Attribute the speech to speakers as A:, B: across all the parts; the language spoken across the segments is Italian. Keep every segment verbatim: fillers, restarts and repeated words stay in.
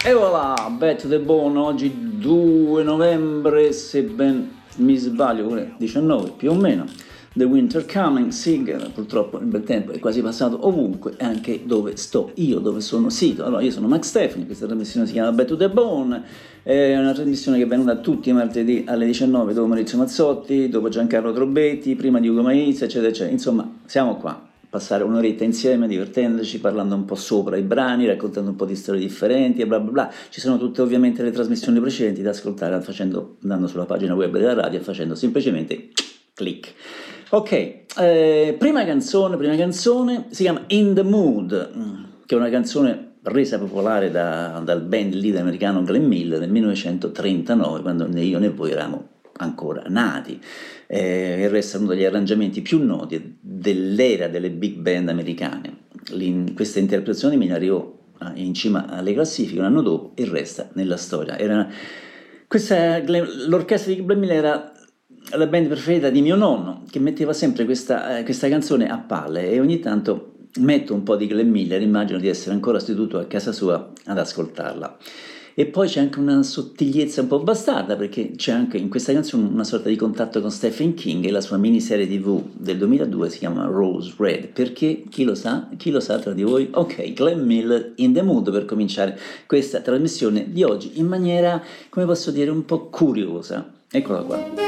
A: E voilà, Back to the Bone, oggi due novembre, se ben mi sbaglio, pure diciannove più o meno. The Winter Coming, sì, purtroppo il bel tempo è quasi passato ovunque, anche dove sto io, dove sono sito. Allora, io sono Max Stefani, questa trasmissione si chiama Back to the Bone, è una trasmissione che è venuta tutti i martedì alle diciannove, dopo Maurizio Mazzotti, dopo Giancarlo Trobetti, prima di Ugo Maizia, eccetera, eccetera. Insomma, siamo qua. Passare un'oretta insieme, divertendoci, parlando un po' sopra i brani, raccontando un po' di storie differenti e bla bla bla. Ci sono tutte ovviamente le trasmissioni precedenti da ascoltare facendo, andando sulla pagina web della radio e facendo semplicemente click. Ok, eh, prima canzone, prima canzone si chiama In the Mood, che è una canzone resa popolare da, dal band leader americano Glenn Miller nel millenovecentotrentanove, quando né io né voi eravamo ancora nati. Eh, il resto è uno degli arrangiamenti più noti dell'era delle big band americane. L'in, questa interpretazione mi arrivò in cima alle classifiche un anno dopo e resta nella storia. Era, questa, l'orchestra di Glenn Miller era la band preferita di mio nonno, che metteva sempre questa, eh, questa canzone a palle, e ogni tanto metto un po' di Glenn Miller, immagino di essere ancora seduto a casa sua ad ascoltarla. E poi c'è anche una sottigliezza un po' bastarda, perché c'è anche in questa canzone una sorta di contatto con Stephen King, e la sua miniserie tivù del duemiladue si chiama Rose Red. Perché? Chi lo sa? Chi lo sa tra di voi? Ok, Glenn Miller, In the Mood, per cominciare questa trasmissione di oggi in maniera, come posso dire, un po' curiosa. Eccola qua.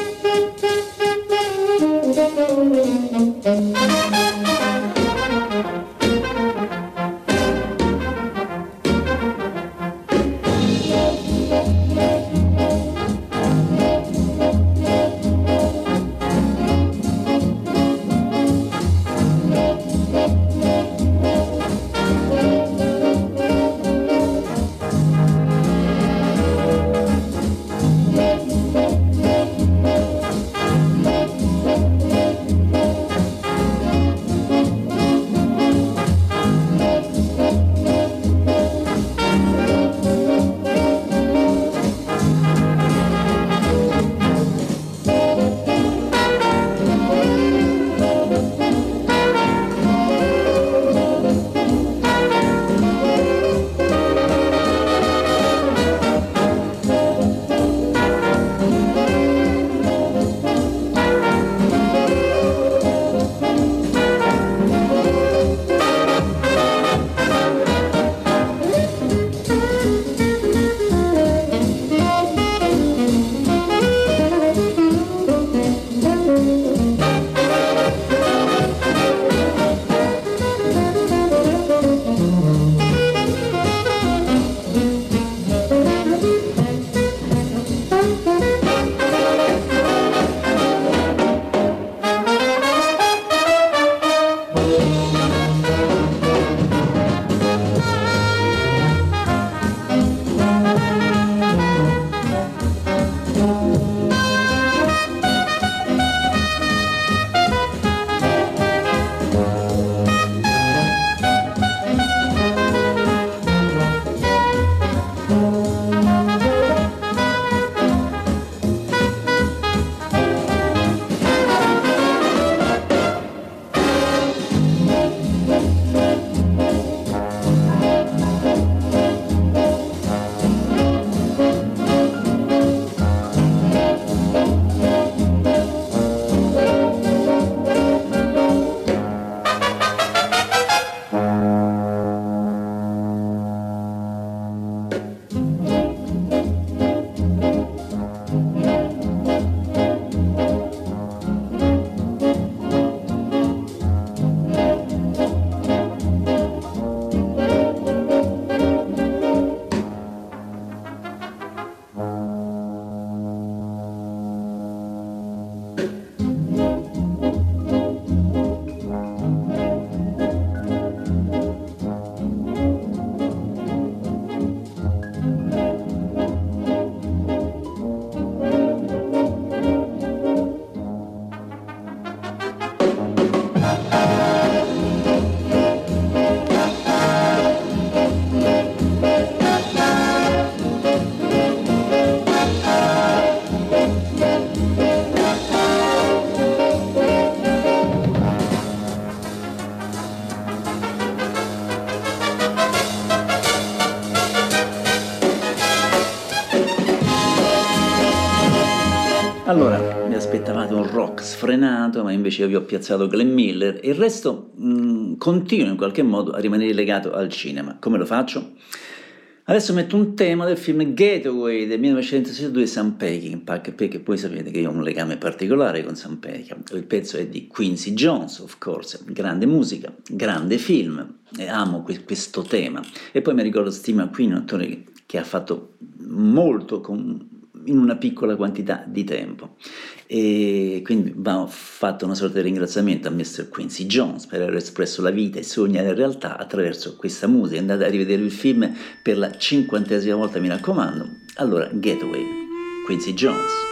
A: frenato, ma invece io vi ho piazzato Glenn Miller, e il resto mh, continuo in qualche modo a rimanere legato al cinema. Come lo faccio? Adesso metto un tema del film Getaway del millenovecentosessantadue, Sam Peckinpah, perché poi sapete che io ho un legame particolare con Sam Peckinpah. Il pezzo è di Quincy Jones, of course, grande musica, grande film, e amo que- questo tema. E poi mi ricordo Steve McQueen, un attore che, che ha fatto molto con, in una piccola quantità di tempo, e quindi va fatto una sorta di ringraziamento a mister Quincy Jones per aver espresso la vita e i sogni alla realtà attraverso questa musica. Andate a rivedere il film per la cinquantesima volta, mi raccomando. Allora, Getaway, Quincy Jones.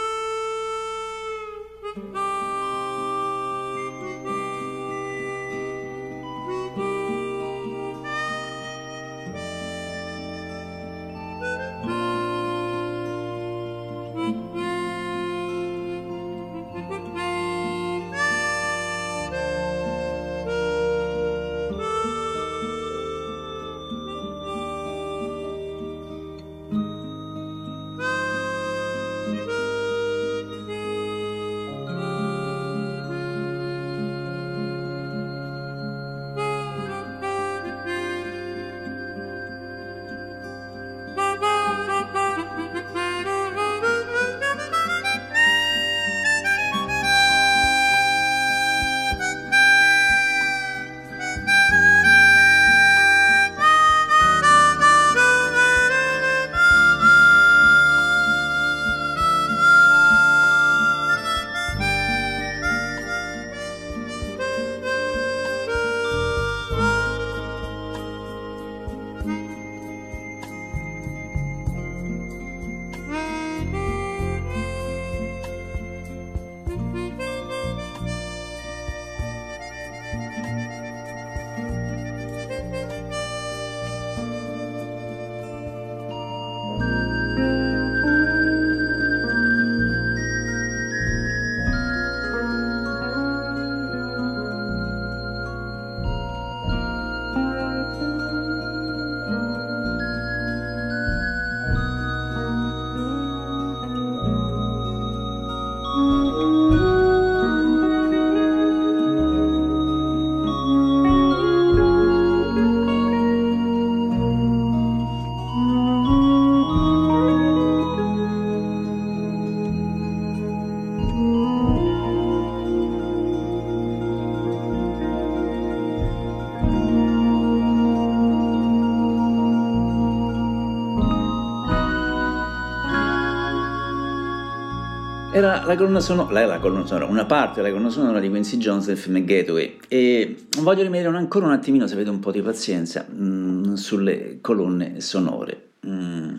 A: Era la colonna sonora, lei la colonna sonora, una parte della colonna sonora di Quincy Jones del film Getaway, e voglio rimanere ancora un attimino, se avete un po' di pazienza, mh, sulle colonne sonore. Mm.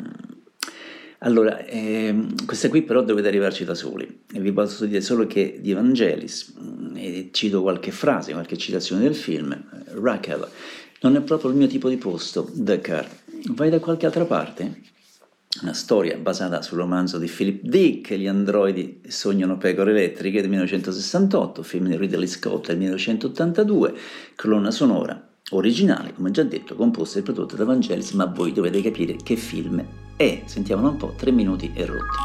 A: Allora, ehm, questa qui però dovete arrivarci da soli, e vi posso dire solo che di Vangelis, mh, e cito qualche frase, qualche citazione del film, Raquel, non è proprio il mio tipo di posto, Dakar, vai da qualche altra parte? Una storia basata sul romanzo di Philip Dick, Gli androidi sognano pecore elettriche, del millenovecentosessantotto, film di Ridley Scott del millenovecentottantadue, colonna sonora originale, come già detto, composta e prodotta da Vangelis, ma voi dovete capire che film è. Sentiamolo un po', tre minuti e rotti.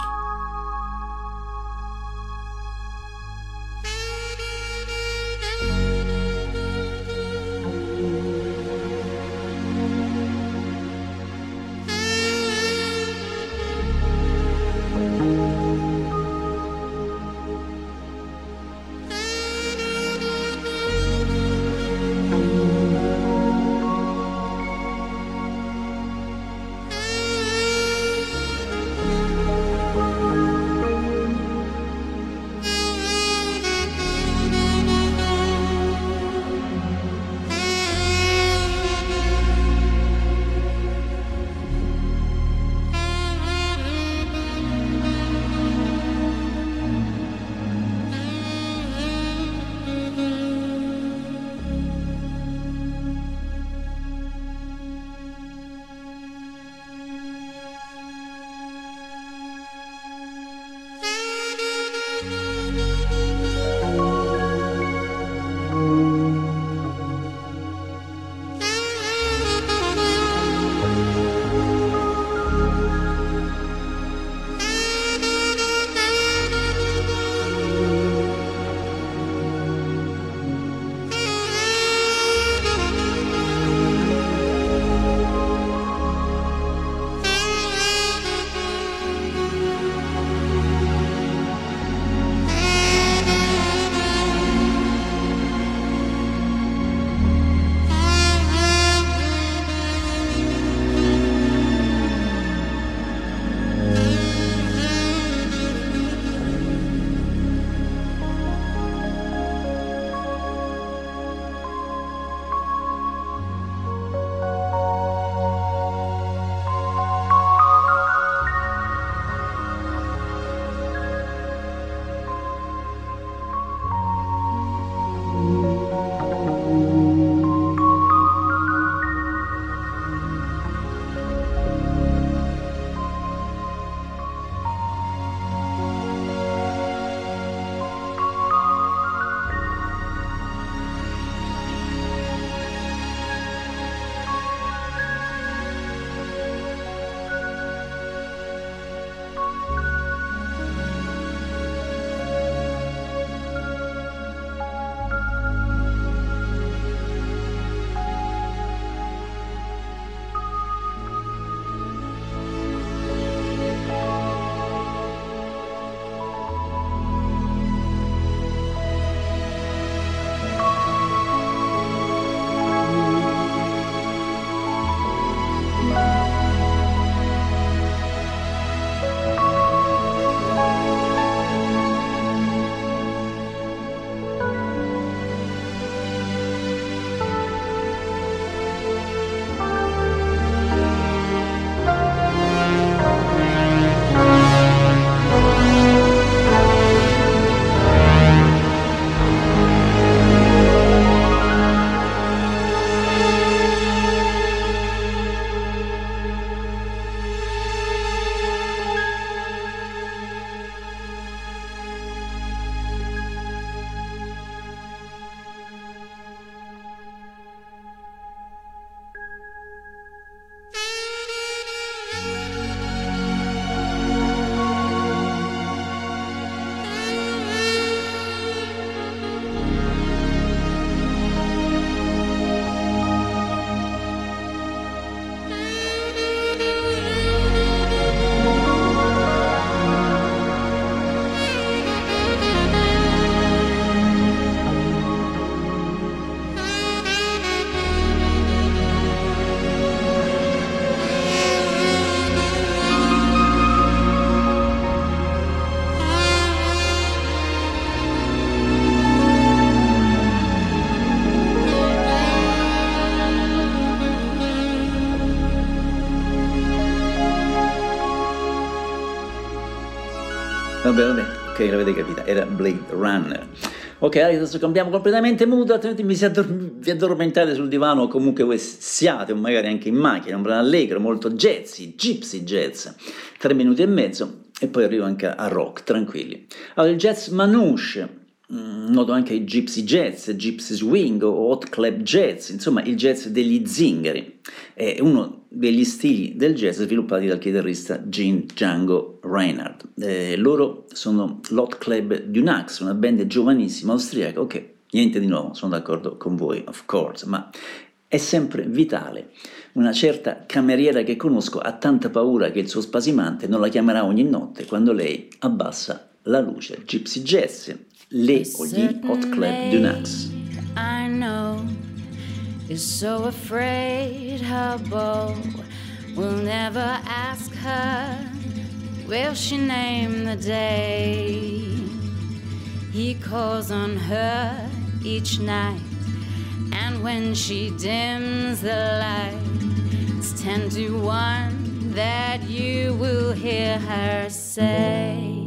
A: Vabbè, vabbè, ok, l'avete capita, era Blade Runner. Ok, adesso cambiamo completamente mood, altrimenti mi si addor- vi addormentate sul divano o comunque voi siate, o magari anche in macchina, un brano allegro, molto jazzy, gypsy jazz, tre minuti e mezzo, e poi arrivo anche a rock, tranquilli. Allora, il jazz manouche, mh, noto anche il gypsy jazz, gypsy swing o hot club jazz, insomma il jazz degli zingari, è uno degli stili del jazz sviluppati dal chitarrista Gene Django Reinhardt. Eh, loro sono l'Hot Club Dunax, una band giovanissima austriaca. Ok, niente di nuovo, sono d'accordo con voi, of course, ma è sempre vitale. Una certa cameriera che conosco ha tanta paura che il suo spasimante non la chiamerà ogni notte quando lei abbassa la luce. Gypsy Jazz, le o gli Hot Club Dunax.
B: I know is so afraid her beau will never ask her, will she name the day he calls on her each night, and when she dims the light, it's ten to one that you will hear her say,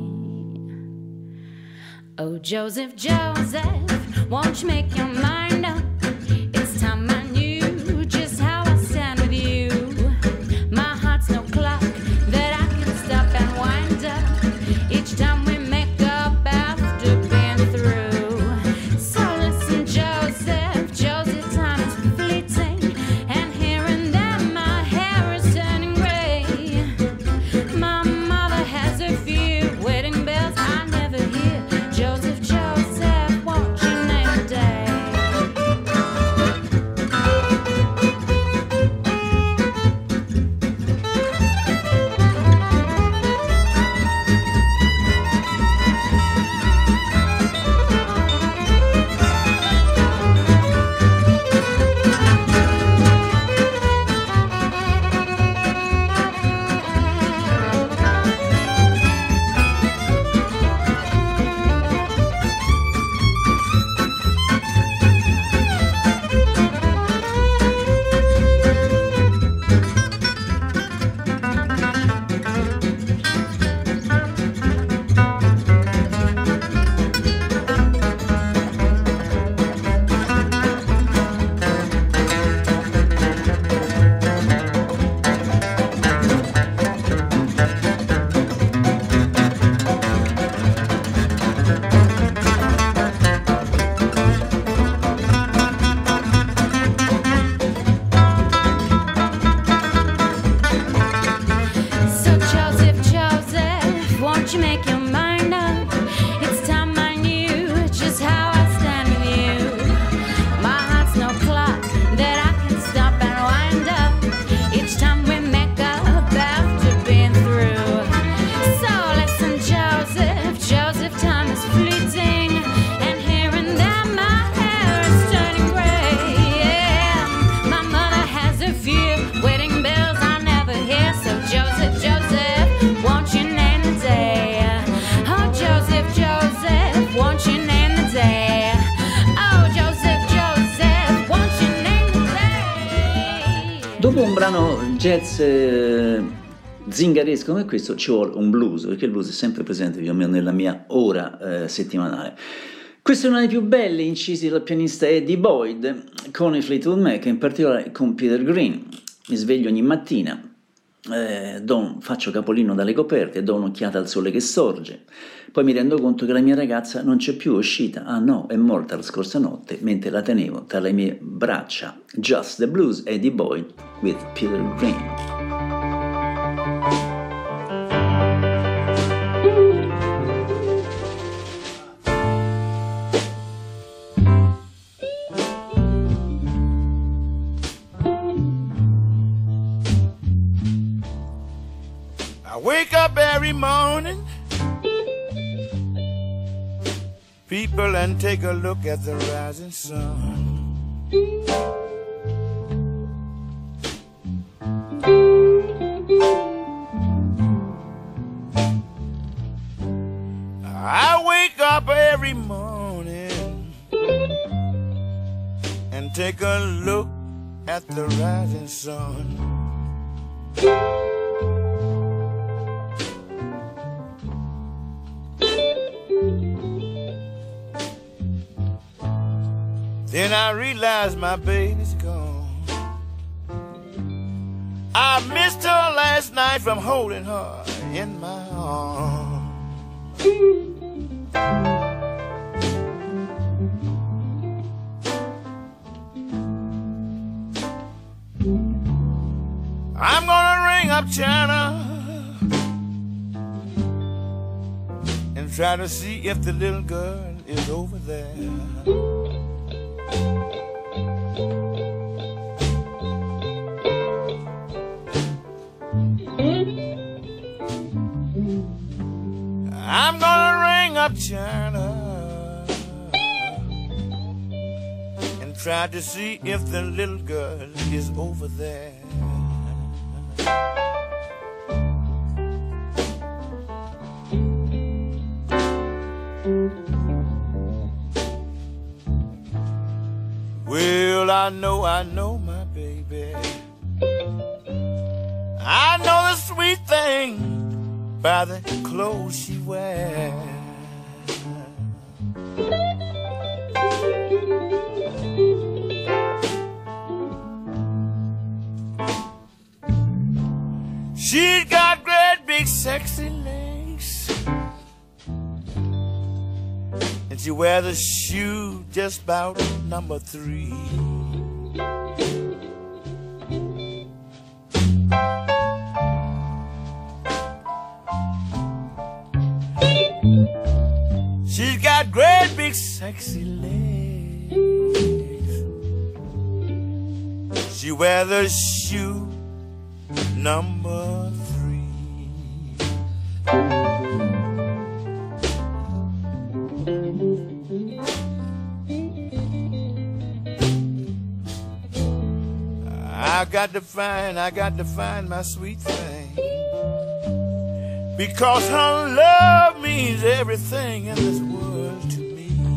B: oh Joseph, Joseph, won't you make your mind up? It's time I knew just how I stand with you. My heart's no clock that I can stop and wind up each time we make up after being through. So listen, Joseph, Joseph, time is fleeting, and here and there my hair is turning gray. My mother has a few wedding bells I never hear. Joseph, Joseph, won't you name a day? So Joseph, Joseph, won't you make your mind up? It's time I knew just how I stand with you. My heart's no clock that I can stop and wind up each time we make up after being through. So listen, Joseph, Joseph, time is fleeting, and here and there my hair is turning gray. Yeah, my mother has a few wedding bells I never hear. So Joseph, Joseph, won't you name the day? Oh Joseph, Joseph, won't you name the day? Oh Joseph, Joseph, won't you name the day?
A: Dopo un brano jazz eh, zingaresco come questo ci vuole un blues, perché il blues è sempre presente più o meno nella mia ora eh, settimanale. Questo è uno dei più belli incisi dal pianista Eddie Boyd con i Fleetwood Mac, in particolare con Peter Green. Mi sveglio ogni mattina, eh, do un- faccio capolino dalle coperte, do un'occhiata al sole che sorge, poi mi rendo conto che la mia ragazza non c'è più, è uscita, ah no, è morta la scorsa notte mentre la tenevo tra le mie braccia. Just the Blues, Eddie Boyd with Peter Green.
C: I wake up every morning, people, and take a look at the rising sun. I wake up every morning and take a look at the rising sun. Then I realize my baby's gone. I missed her last night from holding her in my arms. I'm gonna ring up China and try to see if the little girl is over there. I'm gonna ring up China and try to see if the little girl is over there. Well, I know, I know my baby. I know the sweet thing by the clothes she wears. She's got great big sexy legs, and she wears a shoe just about number three. She's got great big sexy legs. She wears a shoe number three. I got to find, I got to find my sweet thing, because her love means everything in this world to me.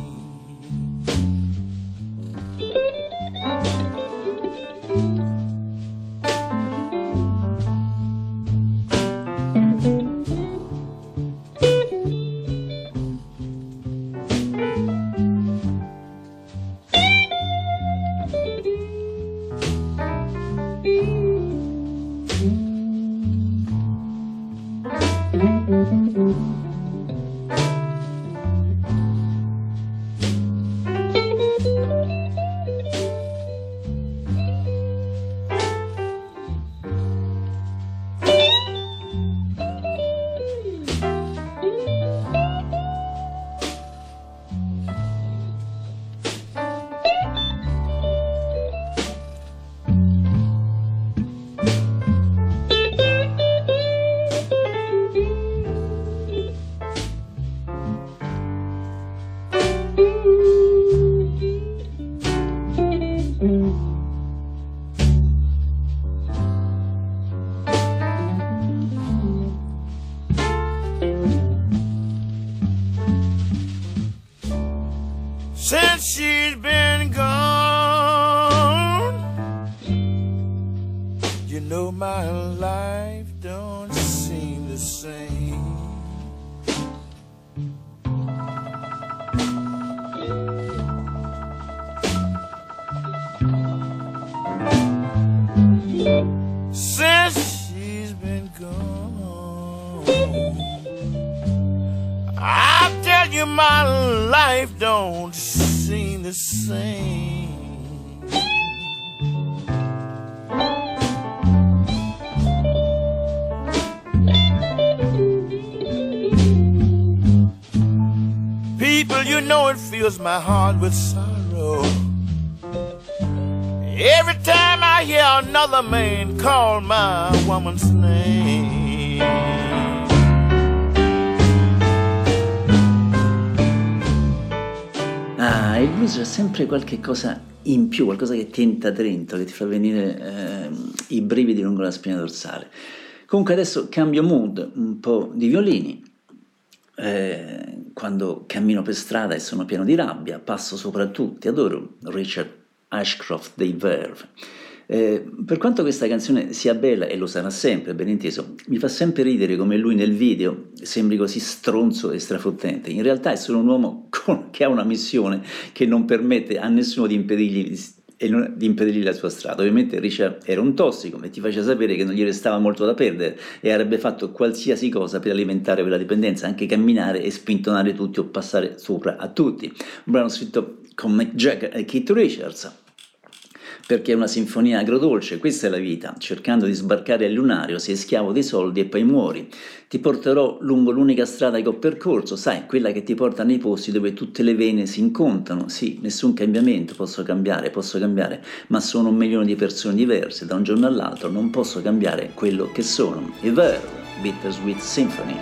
C: Since she's been gone, you know my life don't seem the same. Since she's been gone, I tell you my life don't seem the same. People, you know it fills my heart with sorrow every time I hear another man call my woman's name.
A: Ah, il blues è sempre qualche cosa in più, qualcosa che ti entra dentro, che ti fa venire eh, i brividi lungo la spina dorsale. Comunque adesso cambio mood, un po' di violini. Eh, quando cammino per strada e sono pieno di rabbia, passo sopra tutti, adoro Richard Ashcroft dei Verve. Eh, per quanto questa canzone sia bella, e lo sarà sempre, ben inteso, mi fa sempre ridere come lui nel video sembri così stronzo e strafottente. In realtà è solo un uomo con, che ha una missione che non permette a nessuno di impedirgli di, e non, di impedirgli la sua strada. Ovviamente Richard era un tossico e ti faceva sapere che non gli restava molto da perdere e avrebbe fatto qualsiasi cosa per alimentare quella dipendenza, anche camminare e spintonare tutti o passare sopra a tutti. Un brano scritto con Mick Jagger e Keith Richards, perché è una sinfonia agrodolce. Questa è la vita, cercando di sbarcare al lunario, sei schiavo dei soldi e poi muori. Ti porterò lungo l'unica strada che ho percorso, sai, quella che ti porta nei posti dove tutte le vene si incontrano. Sì, nessun cambiamento, posso cambiare, posso cambiare, ma sono un milione di persone diverse, da un giorno all'altro non posso cambiare quello che sono. È vero, Bittersweet Symphony.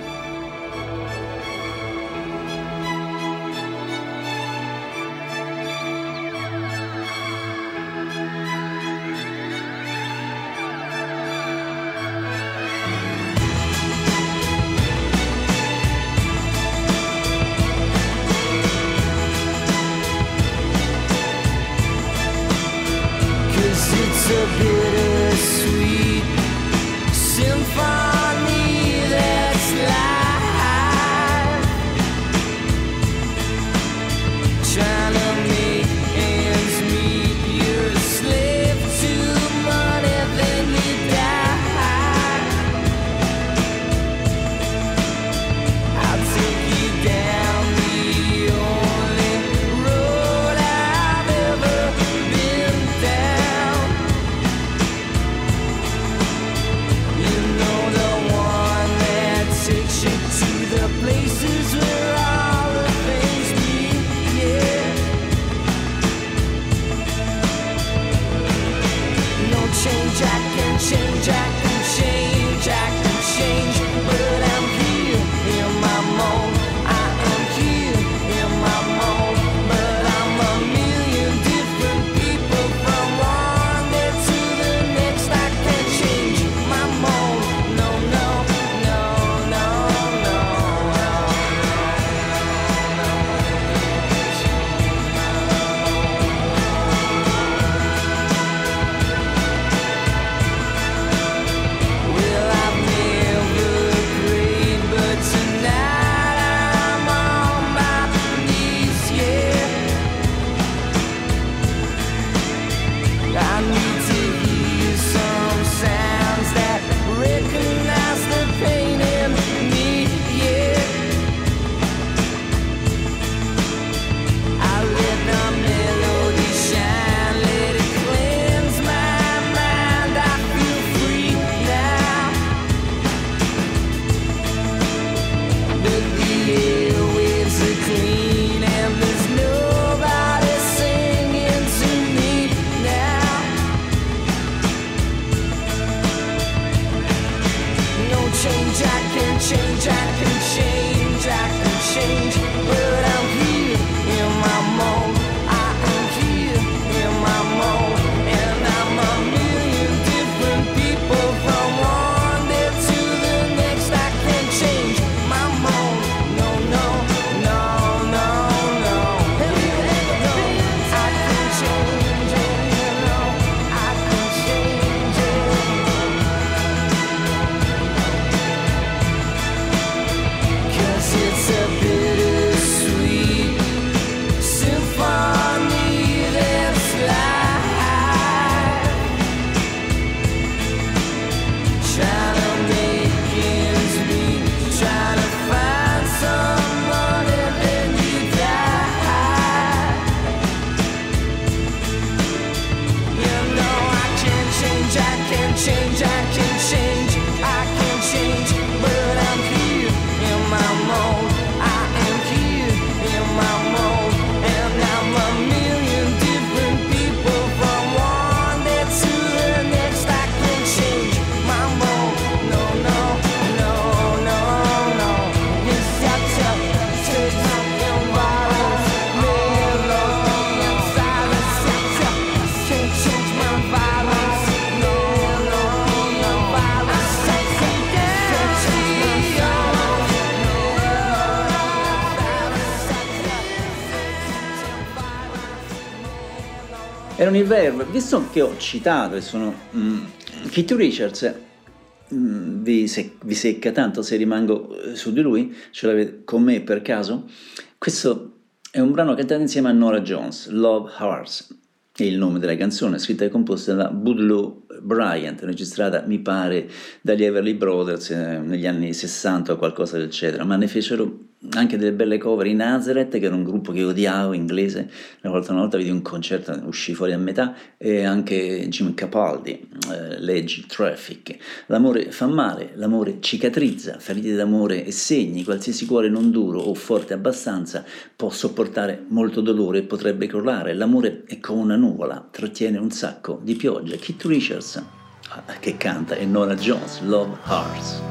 A: Erano i Verve. Visto che ho citato e sono mm, Keith Richards, mm, vi, se- vi secca tanto se rimango eh, su di lui, ce l'avete con me per caso. Questo è un brano cantato insieme a Nora Jones, Love Hearts, è il nome della canzone, scritta e composta da Boudleaux Bryant, registrata mi pare dagli Everly Brothers eh, negli anni sessanta o qualcosa del genere, ma ne fecero anche delle belle cover in Nazareth, che era un gruppo che odiavo, inglese. Una volta una volta vidi un concerto, uscì fuori a metà, e anche Jim Capaldi, eh, leggi Traffic. L'amore fa male, l'amore cicatrizza, ferite d'amore e segni, qualsiasi cuore non duro o forte abbastanza può sopportare molto dolore e potrebbe crollare. L'amore è come una nuvola, trattiene un sacco di pioggia. Keith Richards ah, che canta, e Nora Jones, Love Hearts.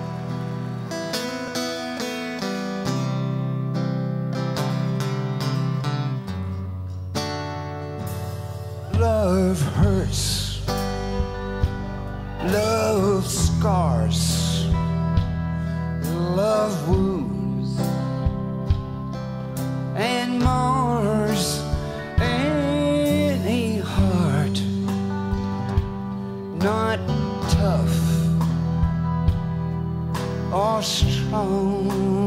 D: Love hurts, love scars, love wounds and mars any heart not tough or strong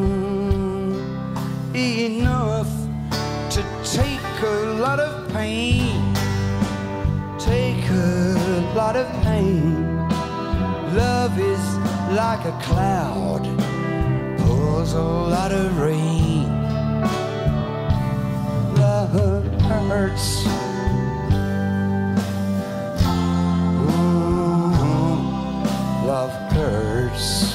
D: enough to take a lot of pain. Take a lot of pain. Love is like a cloud, pours a lot of rain. Love hurts. Ooh, love hurts.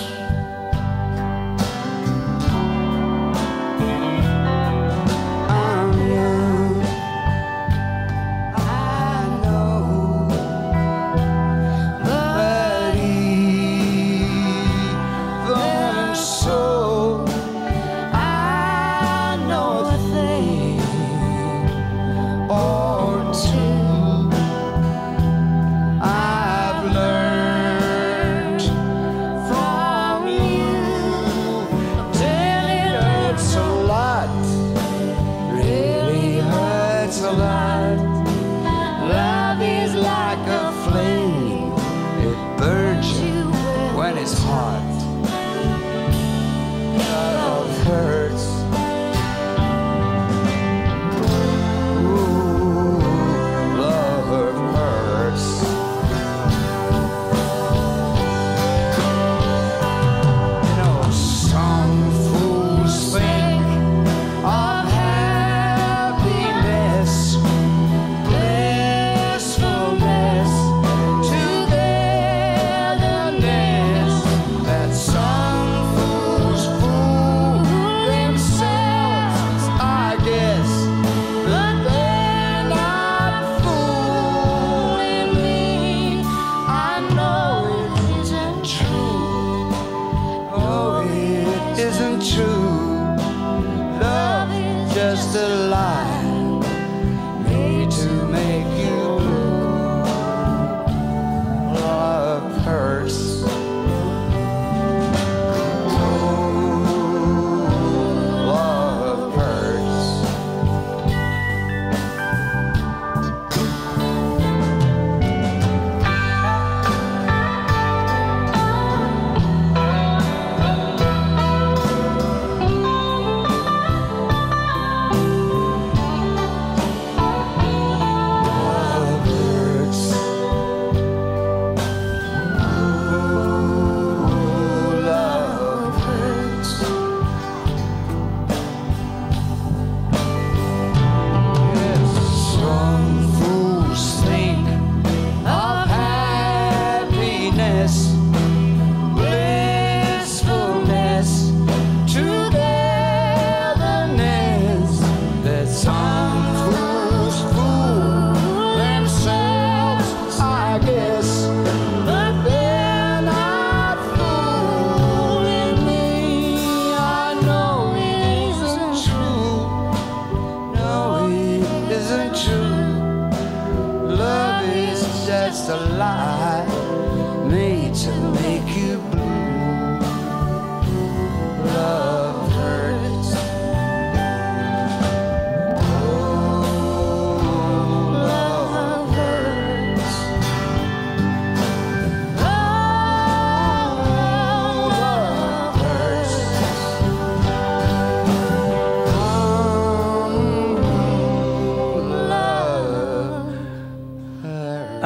B: Love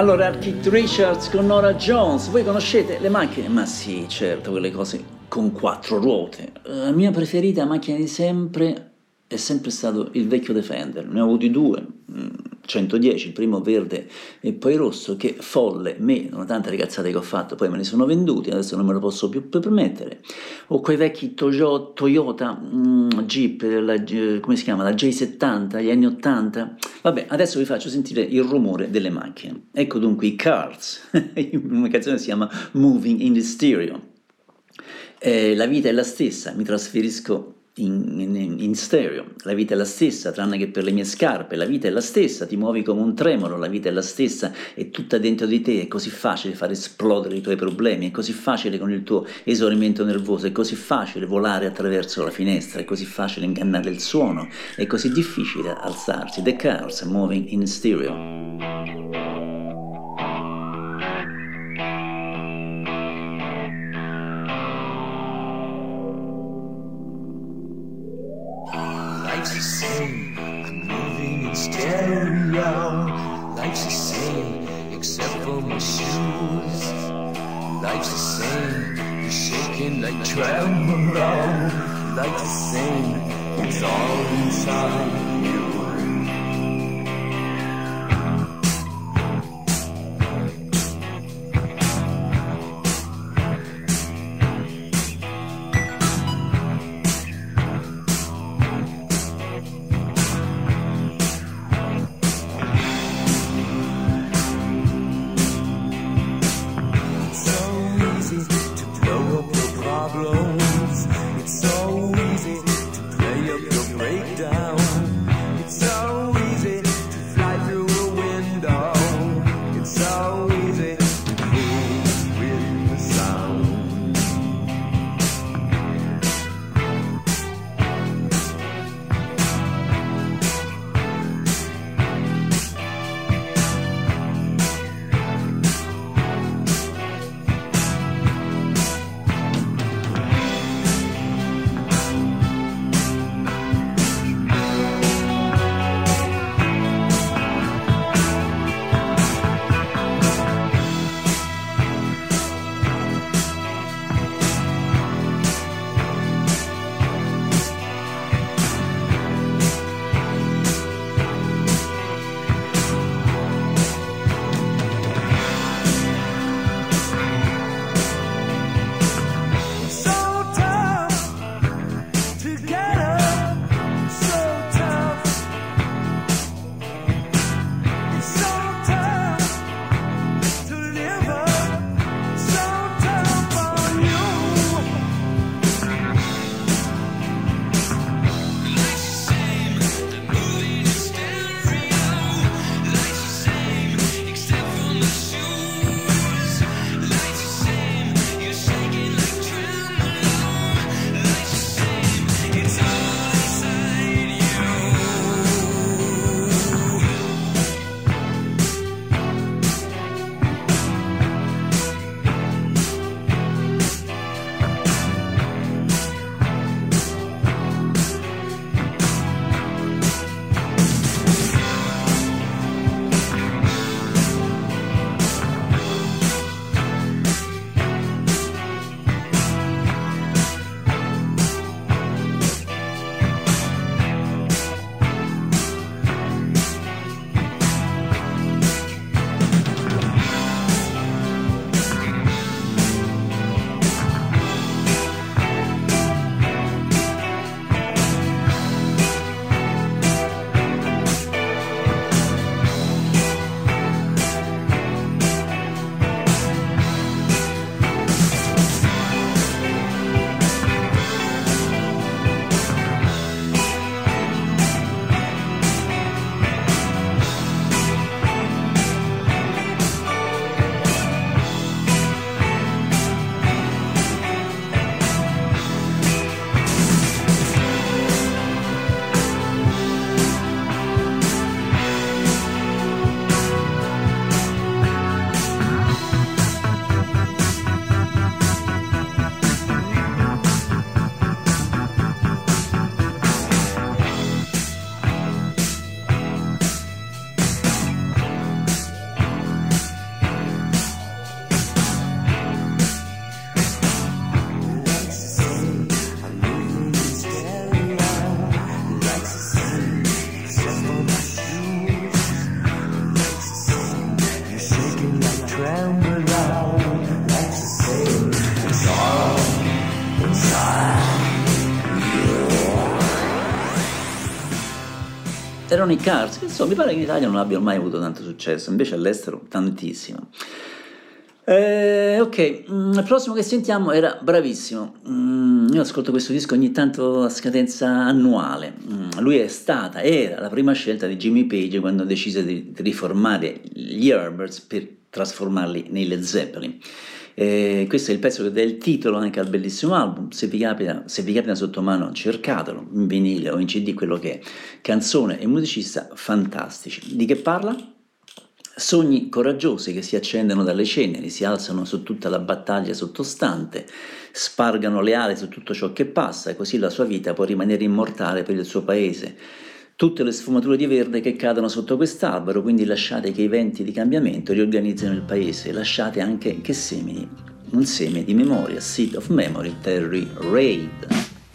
A: Allora, Keith Richards con Nora Jones, voi conoscete le macchine? Ma sì, certo, quelle cose con quattro ruote. La mia preferita macchina di sempre è sempre stato il vecchio Defender, ne ho avuti due, centodieci, il primo verde e poi rosso, che folle, me, non tante le cazzate che ho fatto, poi me ne sono venduti, adesso non me lo posso più permettere. Ho quei vecchi Toyo, Toyota mm, Jeep, la, come si chiama, la J settanta, gli anni ottanta. Vabbè, adesso vi faccio sentire il rumore delle macchine. Ecco dunque i Cars, una canzone si chiama Moving in the Stereo. Eh, la vita è la stessa, mi trasferisco In, in, in stereo, la vita è la stessa tranne che per le mie scarpe, la vita è la stessa, ti muovi come un tremolo, la vita è la stessa, è tutta dentro di te, è così facile far esplodere i tuoi problemi, è così facile con il tuo esaurimento nervoso, è così facile volare attraverso la finestra, è così facile ingannare il suono, è così difficile alzarsi. The Cars, Moving in Stereo.
E: Life's the same, I'm moving in stereo. Life's the same, except for my shoes. Life's the same, you're shaking like tremolo. Life's the same, it's all inside you. It's so easy to play up your breakdown.
A: Electronic Arts, che insomma mi pare che in Italia non abbiano mai avuto tanto successo, invece all'estero tantissimo. Eh, ok, mm, il prossimo che sentiamo era bravissimo. Mm, io ascolto questo disco ogni tanto a scadenza annuale. Mm, lui è stata, era la prima scelta di Jimmy Page quando decise di, di riformare gli Yardbirds per trasformarli nei Led Zeppelin. Eh, questo è il pezzo che dà il titolo anche al bellissimo album. Se vi capita, se vi capita sotto mano, cercatelo in vinile o in C D, quello che è. Canzone e musicista fantastici. Di che parla? Sogni coraggiosi che si accendono dalle ceneri, si alzano su tutta la battaglia sottostante, spargano le ali su tutto ciò che passa, e così la sua vita può rimanere immortale per il suo paese. Tutte le sfumature di verde che cadono sotto quest'albero, quindi lasciate che i venti di cambiamento riorganizzino il paese, lasciate anche che semini un seme di memoria. Seed of Memory, Terry Reid.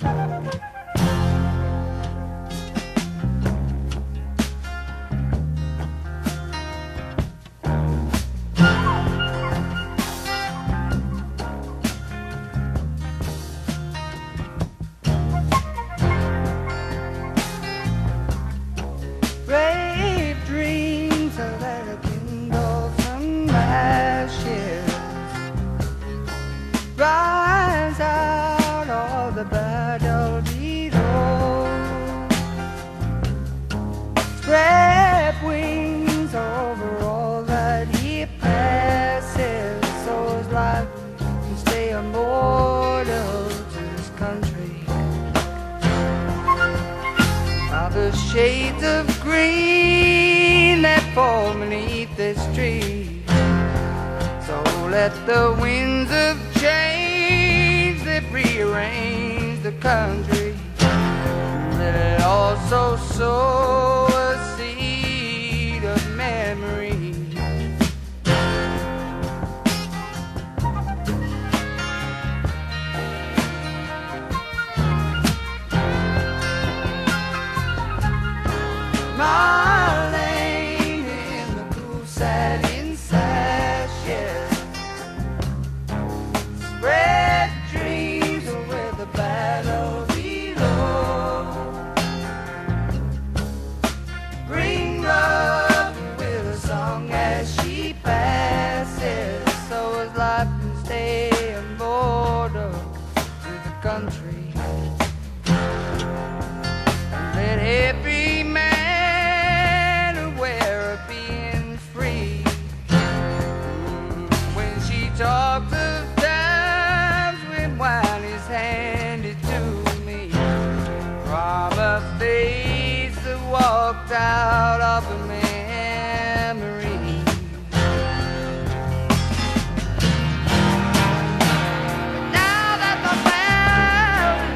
D: Shades of green that fall beneath this tree. So let the winds of change that rearrange the country. Let it also sow a seed of memory. Marlene in the blue satin sashes, spread dreams where the battle below. Bring love with a song as she passes, so as life can stay immortal to the country. And let happy man talks of times when wine is handed to me from a face that walked out of a memory. Now that the bell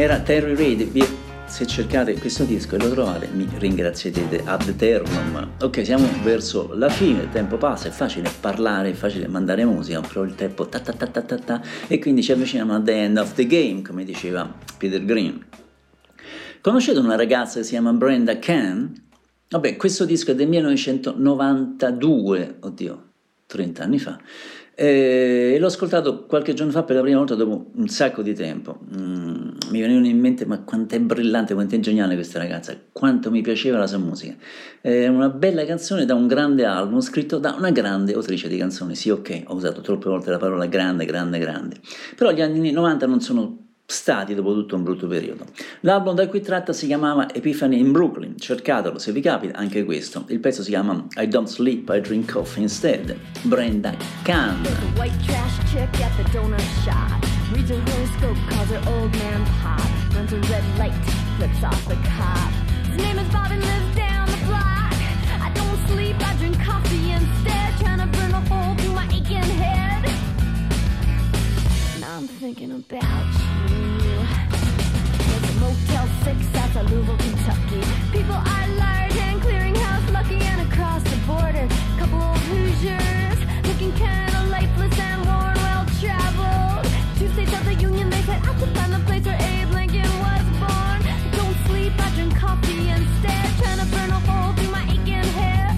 A: era Terry Reid. Vi- Se cercate questo disco e lo trovate, mi ringrazierete ad eternum. Ok, siamo verso la fine, il tempo passa, è facile parlare, è facile mandare musica, però il tempo ta ta ta ta ta ta, e quindi ci avviciniamo al the end of the game, come diceva Peter Green. Conoscete una ragazza che si chiama Brenda Kahn? Vabbè, questo disco è del millenovecentonovantadue, oddio, trenta anni fa. E l'ho ascoltato qualche giorno fa per la prima volta dopo un sacco di tempo. Mm, mi venivano in mente ma quanto è brillante, quanto è geniale questa ragazza, quanto mi piaceva la sua musica. È una bella canzone da un grande album scritto da una grande autrice di canzoni. Sì, ok, ho usato troppe volte la parola grande, grande, grande, però gli anni novanta non sono stati dopo tutto un brutto periodo. L'album da cui tratta si chiamava Epiphany in Brooklyn, cercatelo se vi capita anche questo. Il pezzo si chiama I Don't Sleep, I Drink Coffee Instead. Brenda Kahn.
F: There's a white trash chick at the donut shop. Reads her horoscope, calls her old man pop. Runs a red light, flips off the cop. His name is Bob and lives down the block. I don't sleep, I drink coffee instead. Trying to burn a hole through my aching head. Now I'm thinking about you. There's a Motel six outside Louisville, Kentucky. People are large and clearinghouse lucky, and across the border, couple old Hoosiers looking kinda lifeless and worn, well traveled. Two states of the Union, they said I could find the place where Abe Lincoln was born. Don't sleep, I drink coffee instead, trying to burn a hole through my aching head.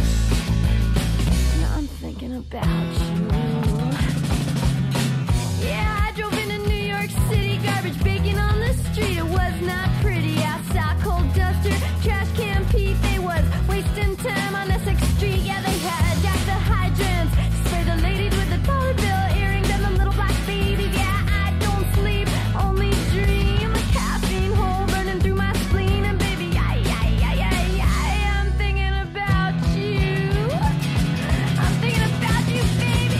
F: Now I'm thinking about you. Yeah, I drove into New York City, garbage baking on the street. It was not pretty outside, cold duster, trash can Pete. They was wasting time on Essex Street. Yeah, they had jacked the hydrants, spray the ladies with the dollar bill earrings and the little black babies. Yeah, I don't sleep, only dream. A caffeine hole burning through my spleen, and baby, I, I, I, I, I am thinking about you. I'm thinking about you, baby.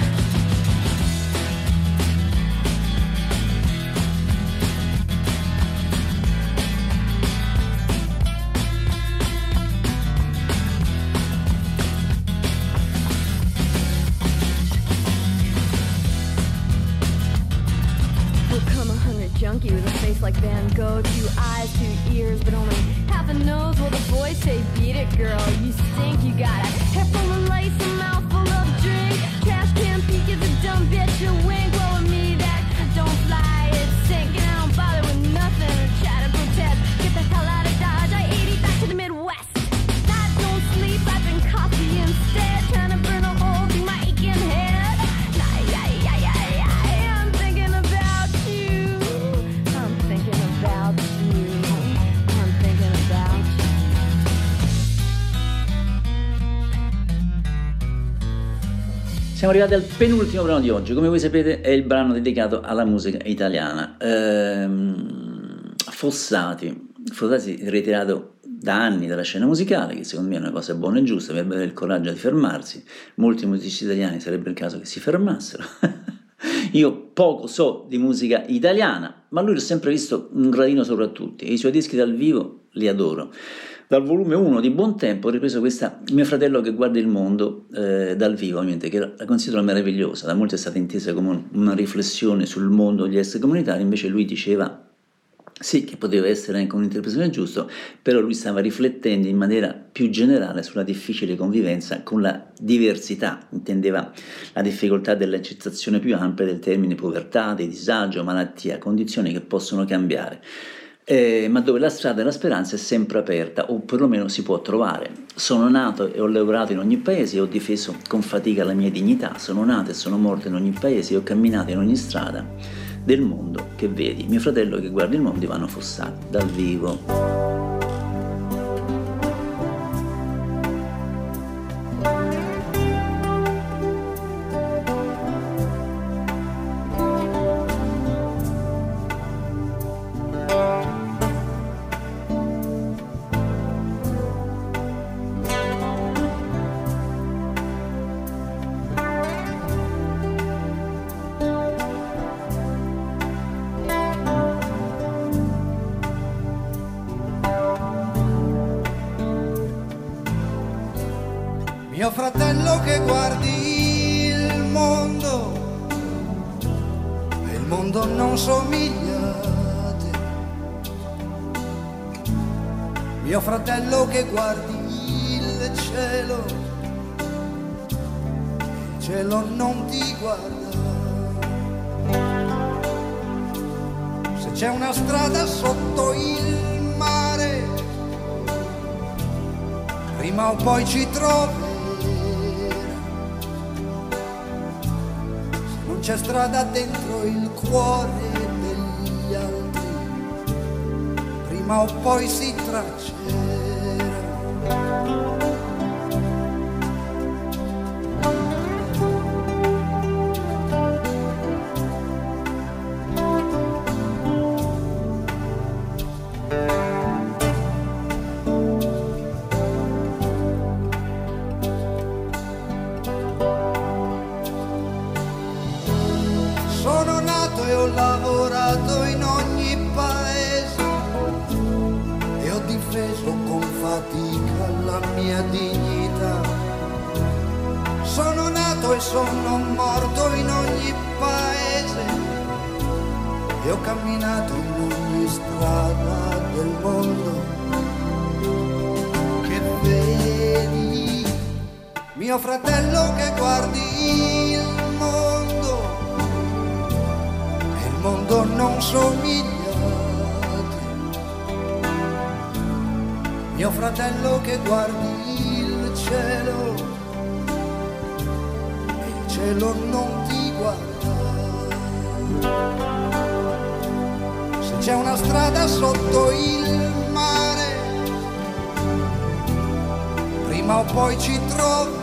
F: Become a hungry junkie with a face like Van Gogh. Two eyes, two ears, but only half a nose. Well, the boys say, beat it, girl. You stink, you got a hair full of lice, a mouth full of drink. Trash can peek is a dumb bitch, a wink. Well, with me, that don't fly, it's sinking. I don't bother with nothing or try to protest. Get the hell out of Dodge, I eighty back to the Midwest. I don't sleep, I drink coffee instead. Trying to burn a hole through my aching head. Ay, ay, ay, ay, ay, I'm thinking about you. I'm thinking about you. I'm thinking about you.
A: Siamo arrivati al penultimo brano di oggi. Come voi sapete è il brano dedicato alla musica italiana. Ehm, Fossati. Fossati si è ritirato da anni dalla scena musicale, che secondo me è una cosa buona e giusta, avrebbe il coraggio di fermarsi. Molti musicisti italiani sarebbe il caso che si fermassero. Io poco so di musica italiana, ma lui l'ho sempre visto un gradino sopra tutti e i suoi dischi dal vivo li adoro. Dal volume uno di Buon Tempo ho ripreso questa Mio fratello che guarda il mondo eh, dal vivo, ovviamente, che la considero meravigliosa. Da molti è stata intesa come una riflessione sul mondo degli extracomunitari, invece lui diceva sì, che poteva essere anche un'interpretazione giusta, però lui stava riflettendo in maniera più generale sulla difficile convivenza con la diversità, intendeva la difficoltà dell'accettazione più ampia del termine povertà, di disagio, malattia, condizioni che possono cambiare, eh, ma dove la strada della speranza è sempre aperta, o perlomeno si può trovare. Sono nato e ho lavorato in ogni paese e ho difeso con fatica la mia dignità, sono nato e sono morto in ogni paese e ho camminato in ogni strada del mondo che vedi. Mio fratello che guarda il mondo di Ivano Fossati, dal vivo.
G: Mio fratello che guardi il mondo e il mondo non somiglia a te. mio fratello che guardi il cielo, il cielo non ti guarda. Se c'è una strada sotto il mare, prima o poi ci trovi. Se non c'è strada dentro il cuore degli altri, prima o poi si traccerà. Sono nato e ho lavorato in ogni paese e ho difeso con fatica la mia dignità. Sono nato e sono morto in ogni paese e ho camminato in ogni strada del mondo. Che vedi, mio fratello che guardi il mondo, e il mondo non somiglia a te. Mio fratello che guardi il cielo, e il cielo non ti guarda. Se c'è una strada sotto il mare, prima o poi ci troverà.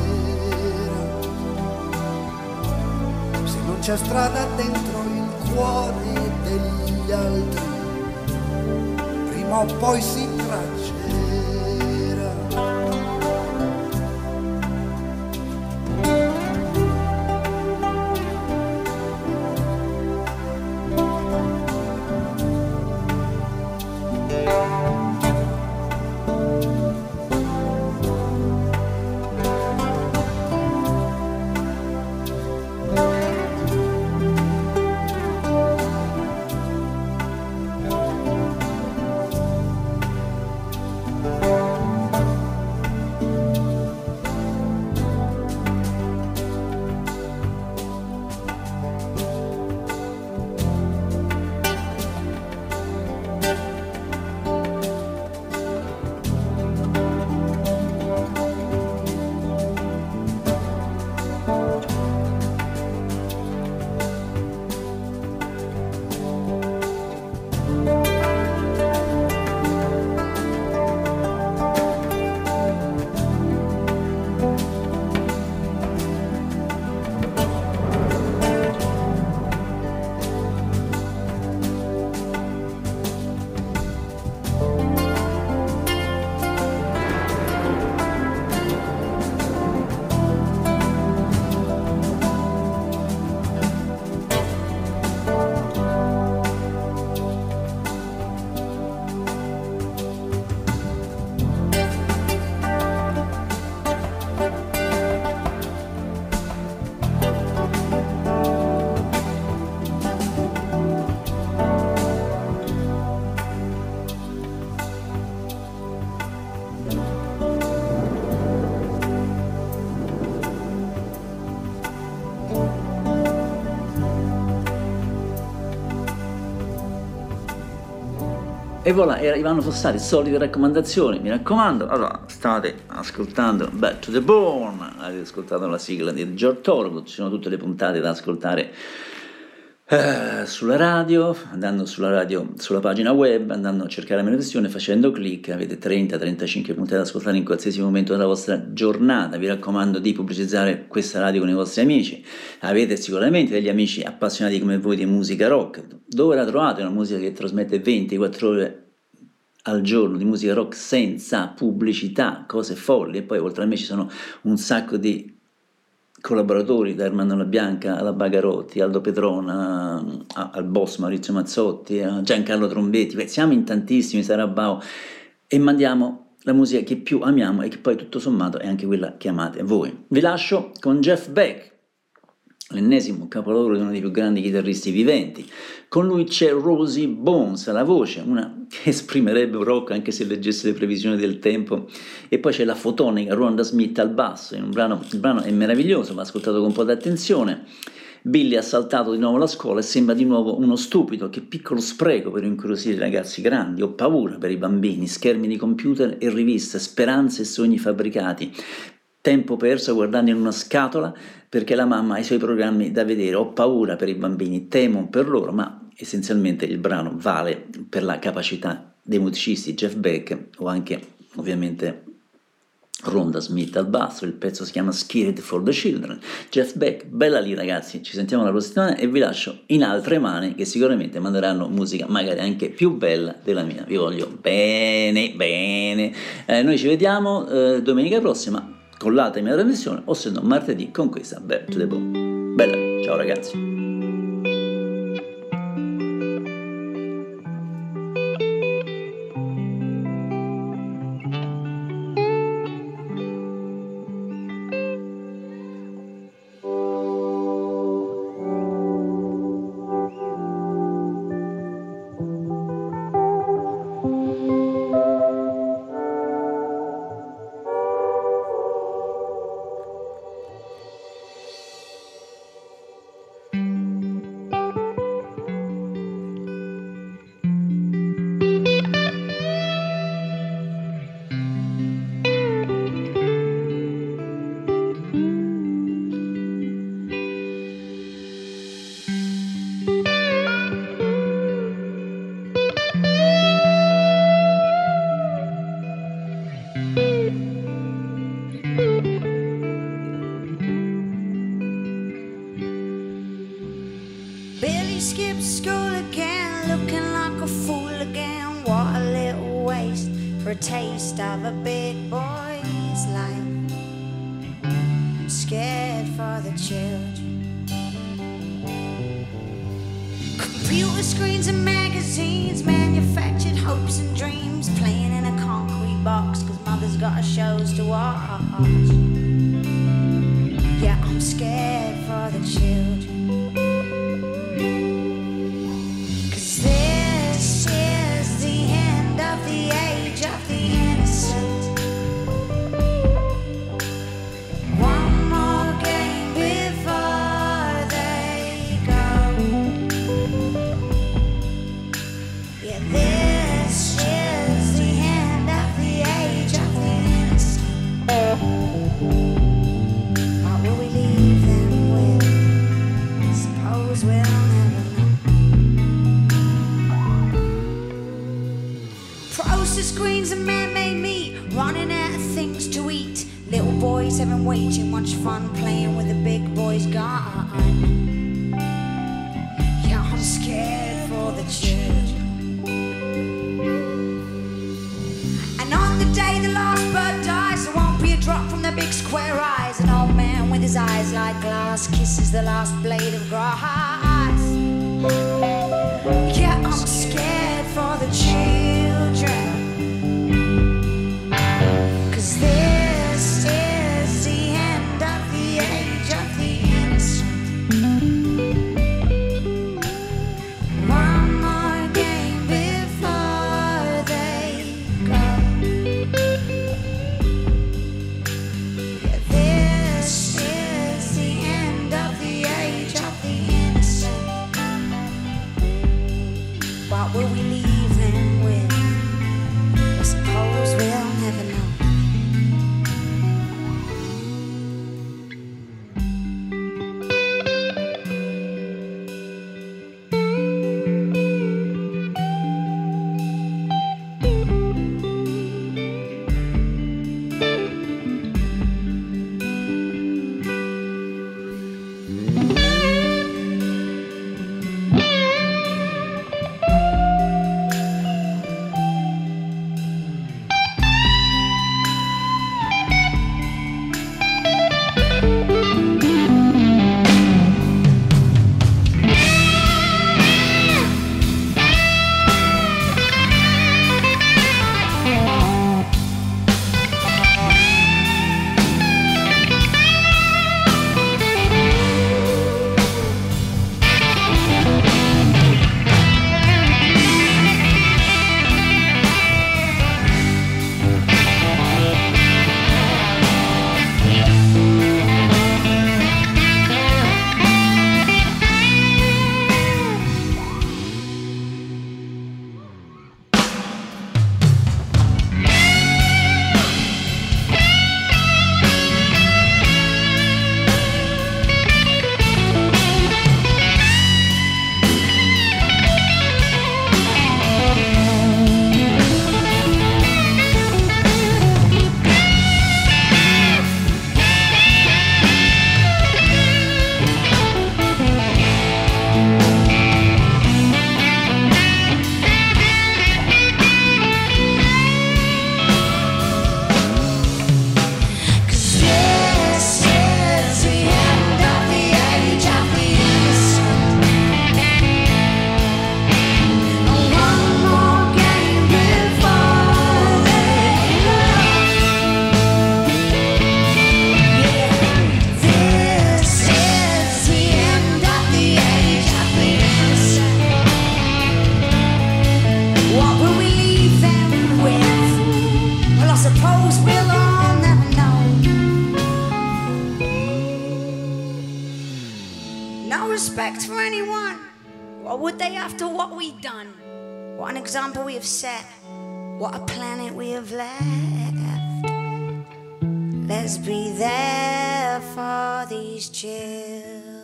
G: Se non c'è strada dentro il cuore degli altri, prima o poi si traccerà.
A: E voilà, e Ivano Fossati, solite raccomandazioni, mi raccomando. Allora, state ascoltando Back to the Bone, avete ascoltato la sigla di George Thorogood, ci sono tutte le puntate da ascoltare eh, sulla radio, andando sulla radio, sulla pagina web, andando a cercare la mia versione, facendo clic, avete trenta trentacinque puntate da ascoltare in qualsiasi momento della vostra giornata. Vi raccomando di pubblicizzare questa radio con i vostri amici. Avete sicuramente degli amici appassionati come voi di musica rock. Dove la trovate una musica che trasmette ventiquattro ore al giorno di musica rock senza pubblicità, cose folli? E poi oltre a me ci sono un sacco di collaboratori, da Armando La Bianca alla Bagarotti, Aldo Petrona, a, al boss Maurizio Mazzotti, a Giancarlo Trombetti. Siamo in tantissimi, Sarabao, e mandiamo la musica che più amiamo e che poi tutto sommato è anche quella che amate voi. Vi lascio con Jeff Beck, l'ennesimo capolavoro di uno dei più grandi chitarristi viventi. Con lui c'è Rosie Bones alla voce, una che esprimerebbe un rock anche se leggesse le previsioni del tempo, e poi c'è la fotonica Rhonda Smith al basso. In un brano, il brano è meraviglioso, va ascoltato con un po' di attenzione. Billy ha saltato di nuovo la scuola e sembra di nuovo uno stupido. Che piccolo spreco per incuriosire i ragazzi grandi. Ho paura per i bambini, schermi di computer e riviste, speranze e sogni fabbricati, tempo perso guardando in una scatola perché la mamma ha i suoi programmi da vedere. Ho paura per i bambini, temo per loro, ma essenzialmente il brano vale per la capacità dei musicisti Jeff Beck o anche ovviamente Rhonda Smith al basso. Il pezzo si chiama Scared for the Children. Jeff Beck, bella lì ragazzi, ci sentiamo la prossima settimana e vi lascio in altre mani che sicuramente manderanno musica magari anche più bella della mia. Vi voglio bene, bene. Eh, noi ci vediamo eh, domenica prossima con l'altra mia trasmissione, o se no martedì con questa Back to the Bone. Bella, ciao ragazzi.
H: Billy skipped school again, looking like a fool again. What a little waste for a taste of a big boy's life. Scared for the children. Computer screens and magazines, manufactured hopes and dreams, playing in a concrete box cause mother's got shows to watch. Yeah, I'm scared for the children. Screens and man-made meat, running out of things to eat. Little boys having way too much fun playing with the big boys gone. Yeah, I'm scared for the children. And on the day the last bird dies, there won't be a drop from the big square eyes. An old man with his eyes like glass kisses the last blade of grass. Yeah, I'm scared for the children. This is the end of the age of the innocent. One more game before they go. Yeah, this is the end of the age of the innocent. What will we leave them with? I suppose we'll never know. What would they after what we've done? What an example we have set. What a planet we have left. Let's be there for these children.